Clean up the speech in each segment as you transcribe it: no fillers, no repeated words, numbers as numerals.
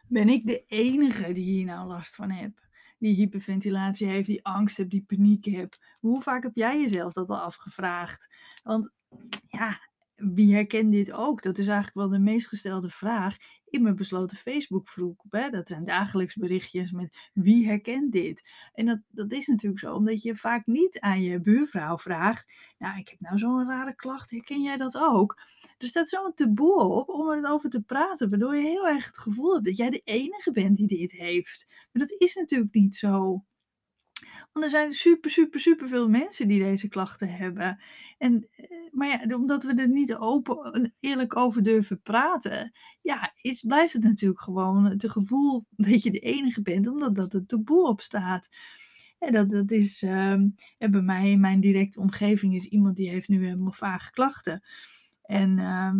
Ben ik de enige die hier nou last van heb? Die hyperventilatie heeft, die angst heeft, die paniek heeft. Hoe vaak heb jij jezelf dat al afgevraagd? Want ja, wie herkent dit ook? Dat is eigenlijk wel de meest gestelde vraag in mijn besloten Facebookgroep, hè. Dat zijn dagelijks berichtjes met: "Wie herkent dit?" En dat is natuurlijk zo, omdat je vaak niet aan je buurvrouw vraagt: "Nou, ik heb nou zo'n rare klacht, herken jij dat ook?" Er staat zo'n taboe op om erover te praten, waardoor je heel erg het gevoel hebt dat jij de enige bent die dit heeft. Maar dat is natuurlijk niet zo. Want er zijn super, super, super veel mensen die deze klachten hebben. En, maar ja, omdat we er niet open en eerlijk over durven praten, ja, blijft het natuurlijk gewoon het gevoel dat je de enige bent, omdat dat er taboe op staat. En dat is, bij mij in mijn directe omgeving is iemand die heeft nu helemaal vage klachten. En,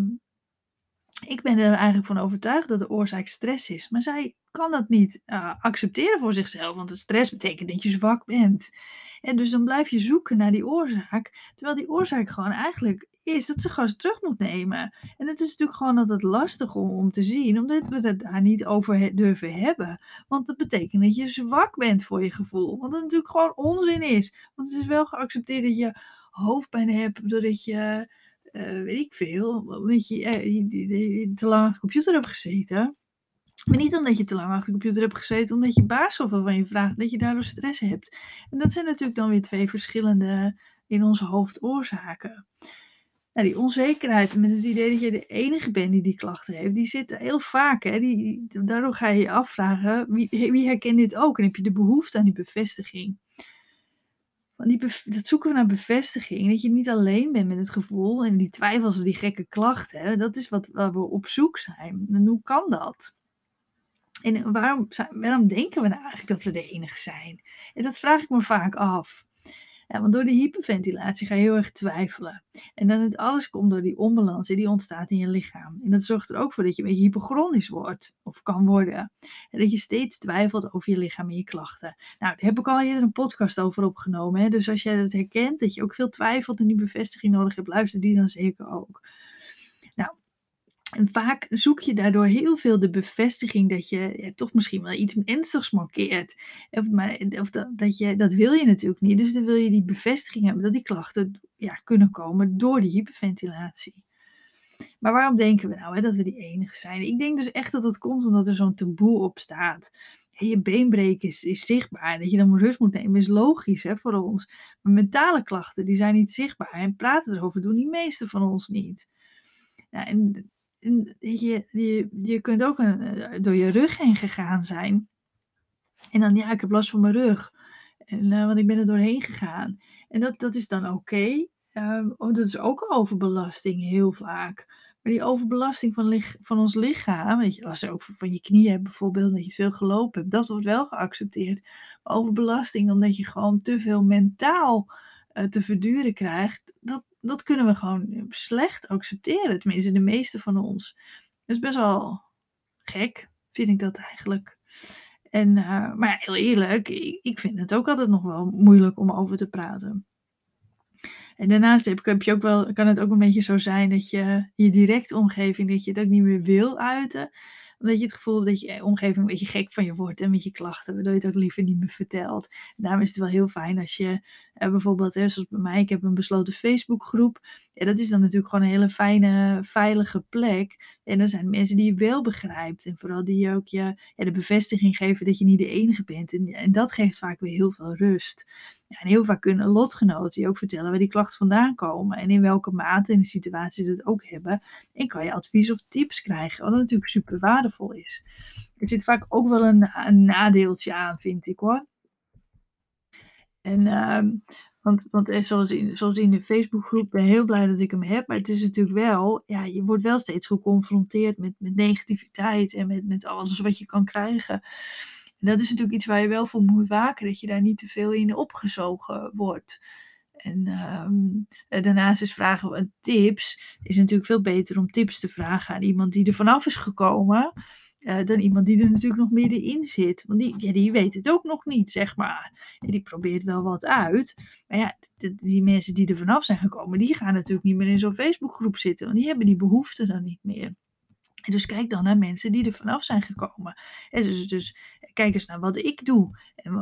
ik ben er eigenlijk van overtuigd dat de oorzaak stress is, maar zij kan dat niet, accepteren voor zichzelf, want de stress betekent dat je zwak bent. En dus dan blijf je zoeken naar die oorzaak, terwijl die oorzaak gewoon eigenlijk is dat ze gewoon eens terug moet nemen. En het is natuurlijk gewoon altijd lastig om te zien, omdat we het daar niet over durven hebben. Want dat betekent dat je zwak bent voor je gevoel, wat natuurlijk gewoon onzin is. Want het is wel geaccepteerd dat je hoofdpijn hebt doordat je weet ik veel, omdat je, te lang achter de computer hebt gezeten. Maar niet omdat je te lang achter de computer hebt gezeten, omdat je baas zoveel van je vraagt, dat je daardoor stress hebt. En dat zijn natuurlijk dan weer 2 verschillende in ons hoofd oorzaken. Nou, die onzekerheid met het idee dat je de enige bent die die klachten heeft, die zit heel vaak, hè. Daardoor ga je je afvragen, wie herkent dit ook? En heb je de behoefte aan die bevestiging? Want dat zoeken we naar bevestiging, dat je niet alleen bent met het gevoel en die twijfels of die gekke klachten, hè, dat is waar we op zoek zijn. En hoe kan dat? En waarom denken we nou eigenlijk dat we de enige zijn? En dat vraag ik me vaak af. Ja, want door de hyperventilatie ga je heel erg twijfelen. En dan het alles komt door die onbalans die ontstaat in je lichaam. En dat zorgt er ook voor dat je een beetje hypochronisch wordt of kan worden. En dat je steeds twijfelt over je lichaam en je klachten. Nou, daar heb ik al eerder een podcast over opgenomen. Hè? Dus als jij dat herkent, dat je ook veel twijfelt en die bevestiging nodig hebt, luister die dan zeker ook. Nou, en vaak zoek je daardoor heel veel de bevestiging dat je toch misschien wel iets ernstigs mankeert. Dat wil je natuurlijk niet. Dus dan wil je die bevestiging hebben dat die klachten kunnen komen door die hyperventilatie. Maar waarom denken we nou dat we die enige zijn? Ik denk dus echt dat dat komt omdat er zo'n taboe op staat. Je been breken is zichtbaar. Dat je dan rust moet nemen is logisch, hè, voor ons. Maar mentale klachten die zijn niet zichtbaar. En praten erover doen die meeste van ons niet. Ja, en je kunt ook door je rug heen gegaan zijn. En dan: "Ja, ik heb last van mijn rug. En, want ik ben er doorheen gegaan." En dat is dan oké. Dat is ook overbelasting heel vaak. Maar die overbelasting van ons lichaam, weet je, als je ook van je knieën hebt bijvoorbeeld, dat je te veel gelopen hebt, dat wordt wel geaccepteerd. Overbelasting omdat je gewoon te veel mentaal, te verduren krijgt, dat kunnen we gewoon slecht accepteren, tenminste de meeste van ons. Dat is best wel gek, vind ik dat eigenlijk. En, maar ja, heel eerlijk, ik vind het ook altijd nog wel moeilijk om over te praten. En daarnaast kan het ook een beetje zo zijn dat je directe omgeving, dat je het ook niet meer wil uiten, omdat je het gevoel hebt dat je omgeving een beetje gek van je wordt, en met je klachten, waardoor je het ook liever niet meer vertelt. En daarom is het wel heel fijn als je, bijvoorbeeld, hè, zoals bij mij, ik heb een besloten Facebookgroep. Ja, dat is dan natuurlijk gewoon een hele fijne, veilige plek. En er zijn mensen die je wel begrijpt en vooral die je ook de bevestiging geven dat je niet de enige bent. En dat geeft vaak weer heel veel rust. Ja, en heel vaak kunnen lotgenoten je ook vertellen waar die klachten vandaan komen en in welke mate en de situatie ze het ook hebben. En kan je advies of tips krijgen, wat natuurlijk super waardevol is. Er zit vaak ook wel een nadeeltje aan, vind ik hoor. En, zoals in de Facebookgroep, ik ben heel blij dat ik hem heb, maar het is natuurlijk wel, ja, je wordt wel steeds geconfronteerd met negativiteit en met alles wat je kan krijgen. En dat is natuurlijk iets waar je wel voor moet waken, dat je daar niet te veel in opgezogen wordt. En, daarnaast is vragen tips is natuurlijk veel beter om tips te vragen aan iemand die er vanaf is gekomen, dan iemand die er natuurlijk nog middenin zit. Want die weet het ook nog niet, zeg maar. En die probeert wel wat uit. Maar ja, die mensen die er vanaf zijn gekomen, die gaan natuurlijk niet meer in zo'n Facebookgroep zitten, want die hebben die behoefte dan niet meer. En dus kijk dan naar mensen die er vanaf zijn gekomen. En dus kijk eens naar wat ik doe en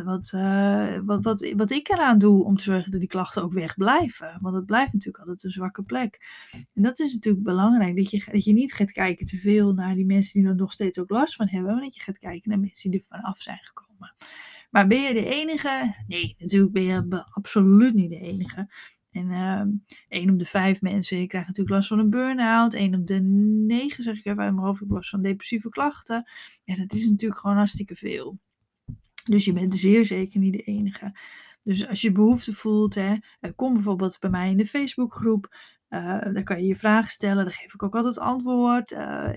wat ik eraan doe om te zorgen dat die klachten ook wegblijven. Want het blijft natuurlijk altijd een zwakke plek. En dat is natuurlijk belangrijk, dat je niet gaat kijken te veel naar die mensen die er nog steeds ook last van hebben, maar dat je gaat kijken naar mensen die er vanaf zijn gekomen. Maar ben je de enige? Nee, natuurlijk ben je absoluut niet de enige. En 1 op de 5 mensen krijgt natuurlijk last van een burn-out. 1 op de 9, zeg ik even uit mijn hoofd, heeft last van depressieve klachten. Ja, dat is natuurlijk gewoon hartstikke veel. Dus je bent zeer zeker niet de enige. Dus als je behoefte voelt, kom bijvoorbeeld bij mij in de Facebookgroep. Daar kan je je vragen stellen, daar geef ik ook altijd antwoord.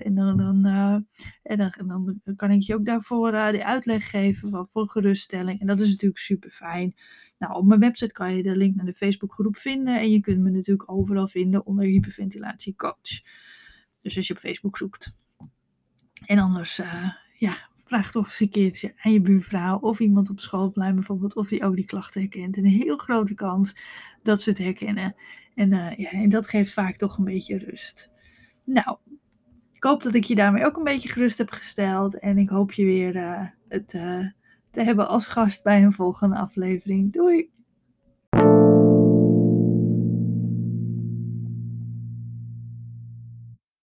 Dan kan ik je ook daarvoor de uitleg geven voor geruststelling. En dat is natuurlijk super fijn. Nou, op mijn website kan je de link naar de Facebookgroep vinden. En je kunt me natuurlijk overal vinden onder hyperventilatiecoach. Dus als je op Facebook zoekt. En anders, vraag toch eens een keertje aan je buurvrouw of iemand op schoolplein bijvoorbeeld, of die ook die klachten herkent. En een heel grote kans dat ze het herkennen. En dat geeft vaak toch een beetje rust. Nou, ik hoop dat ik je daarmee ook een beetje gerust heb gesteld. En ik hoop je weer te hebben als gast bij een volgende aflevering. Doei!